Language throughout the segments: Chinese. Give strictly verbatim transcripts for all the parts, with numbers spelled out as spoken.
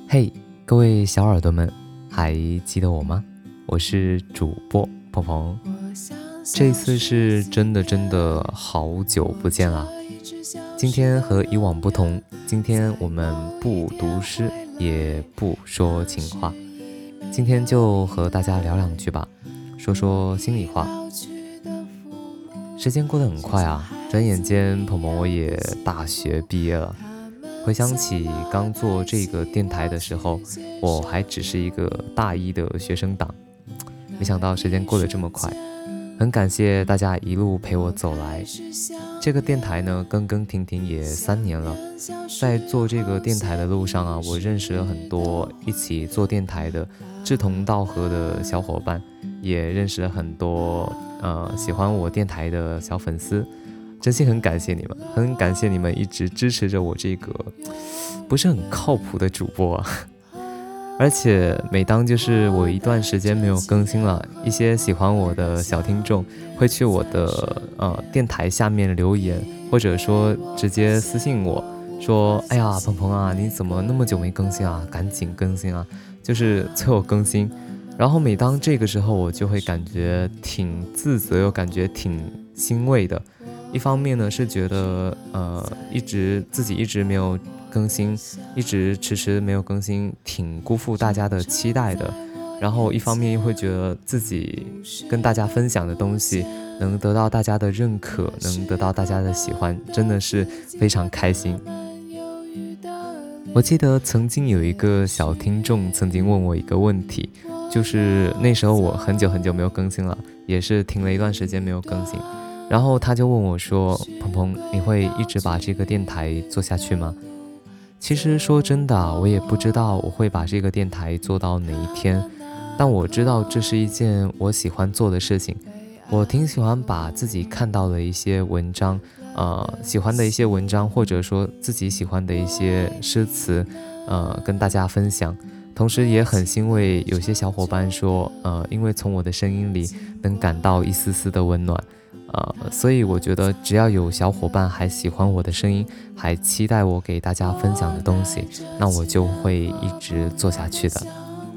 嘿，各位小耳朵们，还记得我吗？我是主播鹏鹏，这一次是真的真的好久不见啦。今天和以往不同，今天我们不读诗，也不说情话，今天就和大家聊两句吧，说说心里话。时间过得很快啊，转眼间鹏鹏我也大学毕业了。回想起刚做这个电台的时候，我还只是一个大一的学生党，没想到时间过得这么快，很感谢大家一路陪我走来。这个电台呢，更更停停也三年了，在做这个电台的路上啊，我认识了很多一起做电台的志同道合的小伙伴，也认识了很多呃喜欢我电台的小粉丝。真心很感谢你们，很感谢你们一直支持着我这个不是很靠谱的主播啊。而且每当就是我一段时间没有更新了，一些喜欢我的小听众会去我的呃电台下面留言，或者说直接私信我说，哎呀鹏鹏啊，你怎么那么久没更新啊，赶紧更新啊，就是催我更新。然后每当这个时候，我就会感觉挺自责，又感觉挺欣慰的。一方面呢是觉得呃一直自己一直没有更新，一直迟迟没有更新，挺辜负大家的期待的。然后一方面又会觉得自己跟大家分享的东西能得到大家的认可，能得到大家的喜欢，真的是非常开心。我记得曾经有一个小听众曾经问我一个问题，就是那时候我很久很久没有更新了，也是停了一段时间没有更新。然后他就问我说，鹏鹏，你会一直把这个电台做下去吗？其实说真的，我也不知道我会把这个电台做到哪一天，但我知道这是一件我喜欢做的事情。我挺喜欢把自己看到的一些文章，呃，喜欢的一些文章，或者说自己喜欢的一些诗词，呃，跟大家分享。同时也很欣慰，有些小伙伴说，呃，因为从我的声音里能感到一丝丝的温暖。呃，所以我觉得只要有小伙伴还喜欢我的声音，还期待我给大家分享的东西，那我就会一直做下去的。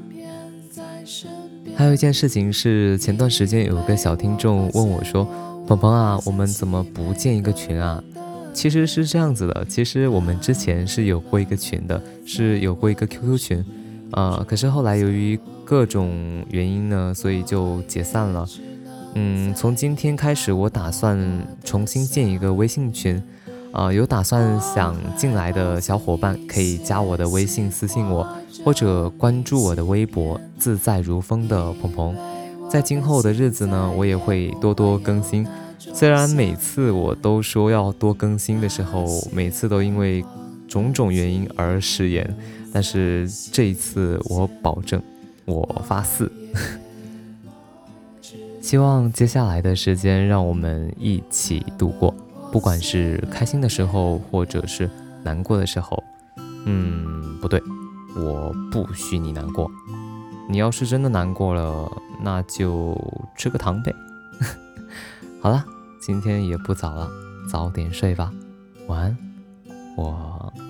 还有一件事情是，前段时间有个小听众问我说，鹏鹏啊，我们怎么不建一个群啊？其实是这样子的，其实我们之前是有过一个群的，是有过一个 Q Q 群，呃，可是后来由于各种原因呢，所以就解散了。嗯，从今天开始，我打算重新建一个微信群，呃，有打算想进来的小伙伴可以加我的微信私信我，或者关注我的微博自在如风的鹏鹏。在今后的日子呢，我也会多多更新。虽然每次我都说要多更新的时候，每次都因为种种原因而食言，但是这一次我保证，我发誓。希望接下来的时间让我们一起度过，不管是开心的时候，或者是难过的时候。嗯，不对，我不许你难过。你要是真的难过了，那就吃个糖呗。好了，今天也不早了，早点睡吧，晚安，我